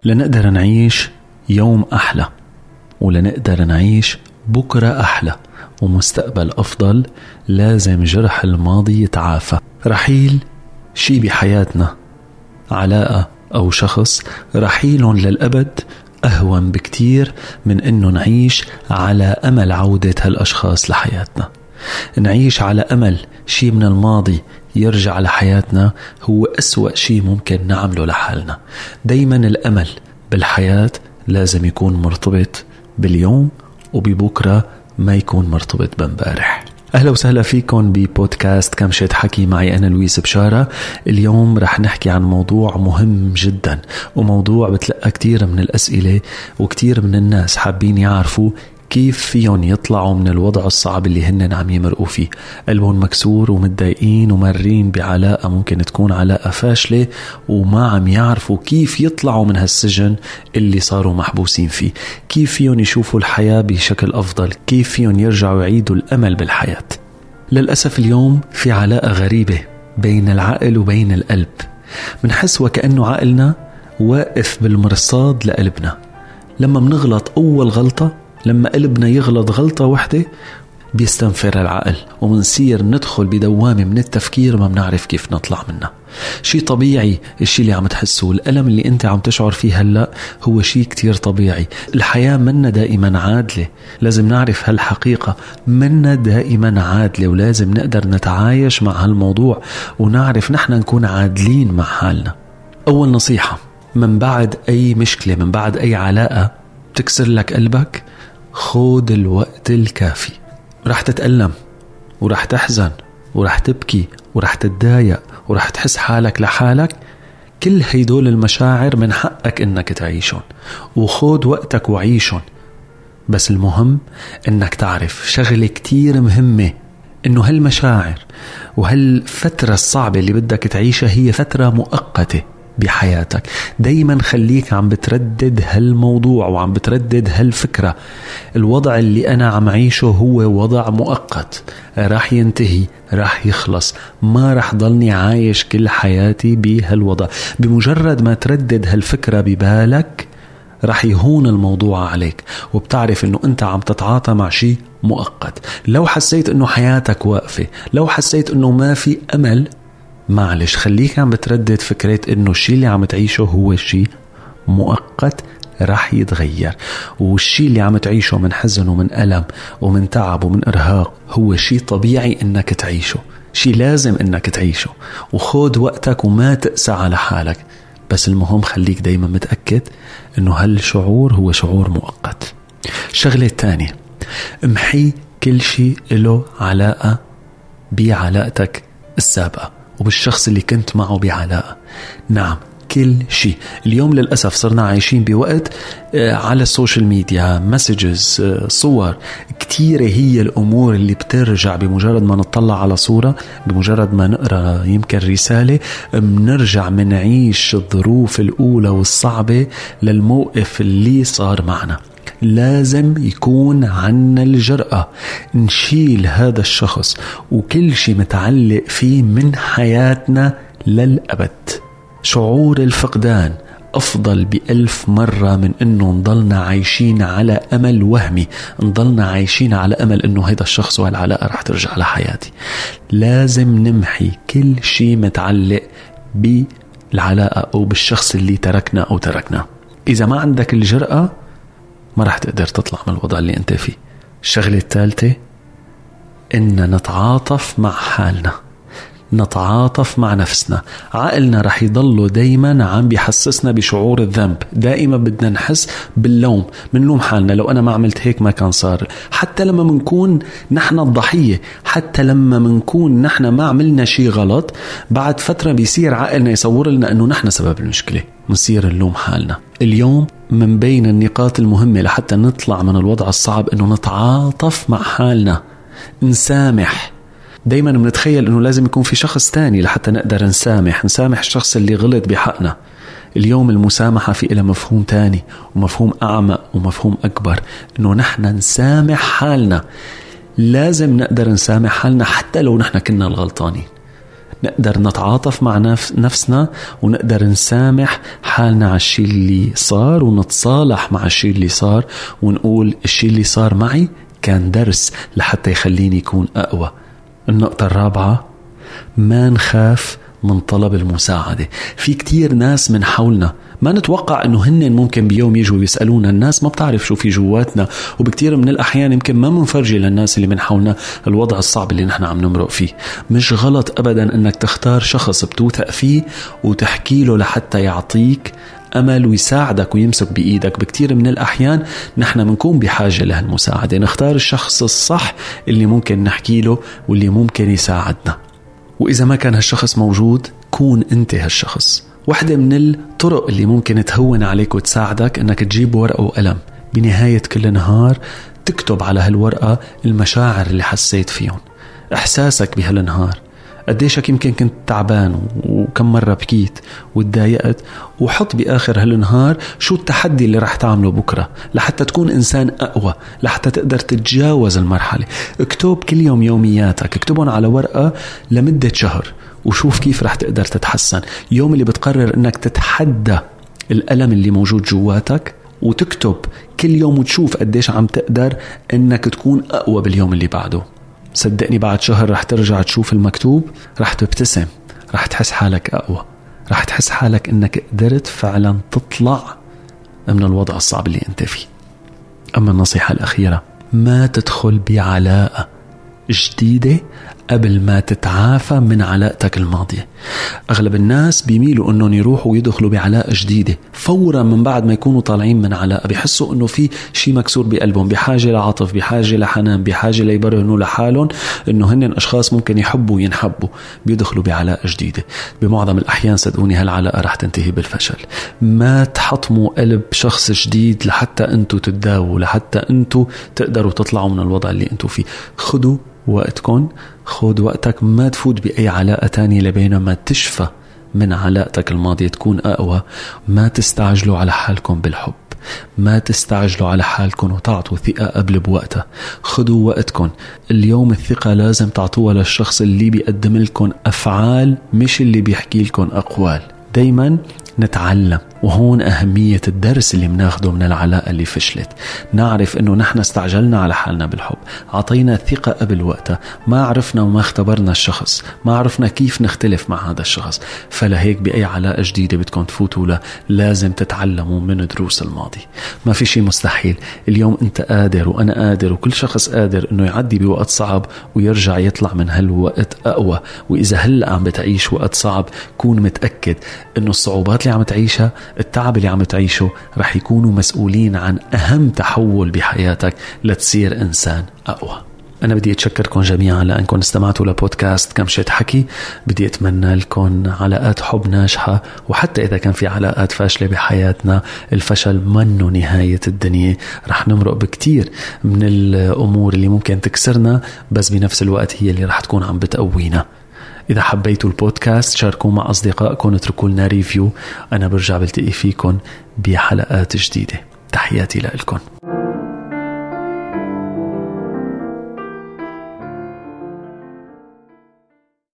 لنقدر نعيش يوم أحلى، ولنقدر نعيش بكرة أحلى ومستقبل أفضل، لازم جرح الماضي يتعافى. رحيل شي بحياتنا، علاقة أو شخص، رحيلهم للأبد أهون بكتير من أنه نعيش على أمل عودة هالأشخاص لحياتنا. نعيش على أمل شي من الماضي يرجع لحياتنا هو أسوأ شي ممكن نعمله لحالنا. دايما الأمل بالحياة لازم يكون مرتبط باليوم، وببكرة ما يكون مرتبط بمبارح. أهلا وسهلا فيكم ببودكاست كمشة حكي، معي أنا لويس بشارة. اليوم رح نحكي عن موضوع مهم جدا، وموضوع بتلقى كتير من الأسئلة، وكتير من الناس حابين يعرفوا كيف فيهم يطلعوا من الوضع الصعب اللي هن عم يمرقوا فيه. قلبهم مكسور ومتضايقين ومرين بعلاقة ممكن تكون علاقة فاشلة، وما عم يعرفوا كيف يطلعوا من هالسجن اللي صاروا محبوسين فيه. كيف فيهم يشوفوا الحياة بشكل أفضل، كيف فيهم يرجعوا يعيدوا الأمل بالحياة. للأسف اليوم في علاقة غريبة بين العقل وبين القلب. منحس وكأنه عقلنا واقف بالمرصاد لقلبنا. لما منغلط أول غلطة، لما قلبنا يغلط غلطة واحدة، بيستنفر العقل ومنصير ندخل بدوامة من التفكير ما بنعرف كيف نطلع منها. شيء طبيعي الشيء اللي عم تحسه، الألم اللي انت عم تشعر فيه هلأ هو شيء كتير طبيعي. الحياة منا دائما عادلة، لازم نعرف هالحقيقة، منا دائما عادلة، ولازم نقدر نتعايش مع هالموضوع ونعرف نحن نكون عادلين مع حالنا. أول نصيحة، من بعد أي مشكلة، من بعد أي علاقة تكسر لك قلبك، خود الوقت الكافي. رح تتألم ورح تحزن ورح تبكي ورح تتضايق ورح تحس حالك لحالك. كل هيدول المشاعر من حقك انك تعيشهم، وخود وقتك وعيشهم. بس المهم انك تعرف شغلة كتير مهمة، انه هالمشاعر وهالفترة الصعبة اللي بدك تعيشها هي فترة مؤقتة بحياتك. دايما خليك عم بتردد هالموضوع وعم بتردد هالفكرة. الوضع اللي أنا عم عيشه هو وضع مؤقت، راح ينتهي، راح يخلص، ما راح ضلني عايش كل حياتي بهالوضع. بمجرد ما تردد هالفكرة ببالك راح يهون الموضوع عليك، وبتعرف انه انت عم تتعاطى مع شيء مؤقت. لو حسيت انه حياتك واقفة، لو حسيت انه ما في أمل، معلش خليك عم بتردد فكرة انه الشيء اللي عم تعيشه هو شيء مؤقت راح يتغير، والشيء اللي عم تعيشه من حزن ومن ألم ومن تعب ومن إرهاق هو شيء طبيعي انك تعيشه، شيء لازم انك تعيشه. وخود وقتك وما تقسى على حالك، بس المهم خليك دايما متأكد انه هالشعور هو شعور مؤقت. الشغلة الثانية، امحي كل شيء له علاقة بعلاقتك السابقة وبالشخص اللي كنت معه بعلاقة. نعم، كل شيء. اليوم للأسف صرنا عايشين بوقت على السوشيال ميديا، مسجز، صور كتيرة، هي الأمور اللي بترجع بمجرد ما نطلع على صورة، بمجرد ما نقرأ يمكن رسالة، منرجع منعيش الظروف الأولى والصعبة للموقف اللي صار معنا. لازم يكون عنا الجرأة نشيل هذا الشخص وكل شيء متعلق فيه من حياتنا للأبد. شعور الفقدان أفضل ب1000 مرة من أنه نضلنا عايشين على أمل وهمي، نضلنا عايشين على أمل أنه هيدا الشخص والعلاقة رح ترجع لحياتي. لازم نمحي كل شيء متعلق بالعلاقة أو بالشخص اللي تركنا أو تركنا. إذا ما عندك الجرأة ما رح تقدر تطلع من الوضع اللي أنت فيه. الشغلة الثالثة، إن نتعاطف مع حالنا، نتعاطف مع نفسنا. عقلنا رح يضله دايما عم بيحسسنا بشعور الذنب، دائما بدنا نحس باللوم، منلوم حالنا، لو أنا ما عملت هيك ما كان صار. حتى لما منكون نحن الضحية، حتى لما منكون نحن ما عملنا شيء غلط، بعد فترة بيصير عقلنا يصور لنا أنه نحن سبب المشكلة، منصير نلوم حالنا. اليوم من بين النقاط المهمة لحتى نطلع من الوضع الصعب أنه نتعاطف مع حالنا، نسامح. دايما بنتخيل أنه لازم يكون في شخص تاني لحتى نقدر نسامح الشخص اللي غلط بحقنا. اليوم المسامحة في إلى مفهوم تاني ومفهوم أعمق ومفهوم أكبر، أنه نحن نسامح حالنا. لازم نقدر نسامح حالنا حتى لو نحن كنا الغلطانين. نقدر نتعاطف مع نفسنا، ونقدر نسامح حالنا على الشيء اللي صار، ونتصالح مع الشيء اللي صار، ونقول الشيء اللي صار معي كان درس لحتى يخليني يكون أقوى. النقطة الرابعة، ما نخاف من طلب المساعدة. في كتير ناس من حولنا ما نتوقع انه هن ممكن بيوم يجوا يسألونا. الناس ما بتعرف شو في جواتنا، وبكتير من الأحيان يمكن ما منفرجي للناس اللي من حولنا الوضع الصعب اللي نحن عم نمرق فيه. مش غلط أبدا انك تختار شخص بتوثق فيه وتحكي له لحتى يعطيك أمل ويساعدك ويمسك بإيدك. بكتير من الأحيان نحن منكون بحاجة لهالمساعدة. نختار الشخص الصح اللي ممكن نحكي له واللي ممكن يساعدنا. وإذا ما كان هالشخص موجود، كون أنت هالشخص. واحدة من الطرق اللي ممكن تهون عليك وتساعدك إنك تجيب ورقة وقلم بنهاية كل نهار، تكتب على هالورقة المشاعر اللي حسيت فيهم، إحساسك بهالنهار، قديشك يمكن كنت تعبان وكم مرة بكيت وتضايقت، وحط بآخر هالنهار شو التحدي اللي رح تعمله بكرة لحتى تكون إنسان أقوى، لحتى تقدر تتجاوز المرحلة. اكتب كل يوم يومياتك، اكتبهم على ورقة لمدة شهر، وشوف كيف رح تقدر تتحسن. يوم اللي بتقرر انك تتحدى الألم اللي موجود جواتك وتكتب كل يوم وتشوف قديش عم تقدر انك تكون أقوى باليوم اللي بعده، صدقني بعد شهر رح ترجع تشوف المكتوب، رح تبتسم، رح تحس حالك أقوى، رح تحس حالك انك قدرت فعلا تطلع من الوضع الصعب اللي انت فيه. أما النصيحة الأخيرة، ما تدخل بعلاقة جديدة قبل ما تتعافى من علاقتك الماضية. أغلب الناس بيميلوا أنهم يروحوا ويدخلوا بعلاقة جديدة فورا من بعد ما يكونوا طالعين من علاقة، بيحسوا أنه في شيء مكسور بقلبهم، بحاجة لعطف، بحاجة لحنان، بحاجة ليبرهنوا لحالهم أنه هن أشخاص ممكن يحبوا وينحبوا، بيدخلوا بعلاقة جديدة. بمعظم الأحيان صدقوني هالعلاقة رح تنتهي بالفشل. ما تحطموا قلب شخص جديد لحتى أنتوا تتداووا، لحتى أنتوا تقدروا تطلعوا من الوضع اللي أنتوا فيه. خدوا وقتكم، خد وقتك، ما تفوت بأي علاقة تانية لبين ما تشفى من علاقتك الماضية، تكون أقوى. ما تستعجلوا على حالكم بالحب، ما تستعجلوا على حالكم وتعطوا ثقة قبل بوقتها. خدوا وقتكم. اليوم الثقة لازم تعطوها للشخص اللي بيقدم لكم أفعال، مش اللي بيحكي لكم أقوال. دايما نتعلم، وهون أهمية الدرس اللي مناخده من العلاقة اللي فشلت. نعرف إنه نحن استعجلنا على حالنا بالحب، عطينا ثقة قبل وقتها، ما عرفنا وما اختبرنا الشخص، ما عرفنا كيف نختلف مع هذا الشخص. فلهيك بأي علاقة جديدة بدكم تفوتوا له لازم تتعلموا من دروس الماضي. ما في شيء مستحيل. اليوم أنت قادر وأنا قادر وكل شخص قادر إنه يعدي بوقت صعب ويرجع يطلع من هالوقت أقوى. وإذا هلأ عم بتعيش وقت صعب، كون متأكد إنه الصعوبات اللي عم تعيشها، التعب اللي عم تعيشه، رح يكونوا مسؤولين عن أهم تحول بحياتك لتصير إنسان أقوى. أنا بدي أتشكركم جميعا لأنكم استمعتوا لبودكاست كمشة حكي. بدي أتمنى لكم علاقات حب ناجحة، وحتى إذا كان في علاقات فاشلة بحياتنا، الفشل منه نهاية الدنيا. رح نمرق بكتير من الأمور اللي ممكن تكسرنا، بس بنفس الوقت هي اللي رح تكون عم بتقوينا. إذا حبيتوا البودكاست شاركوا مع أصدقائكم، اتركوا لنا ريفيو. أنا برجع بلتقي فيكم بحلقات جديدة. تحياتي لكم.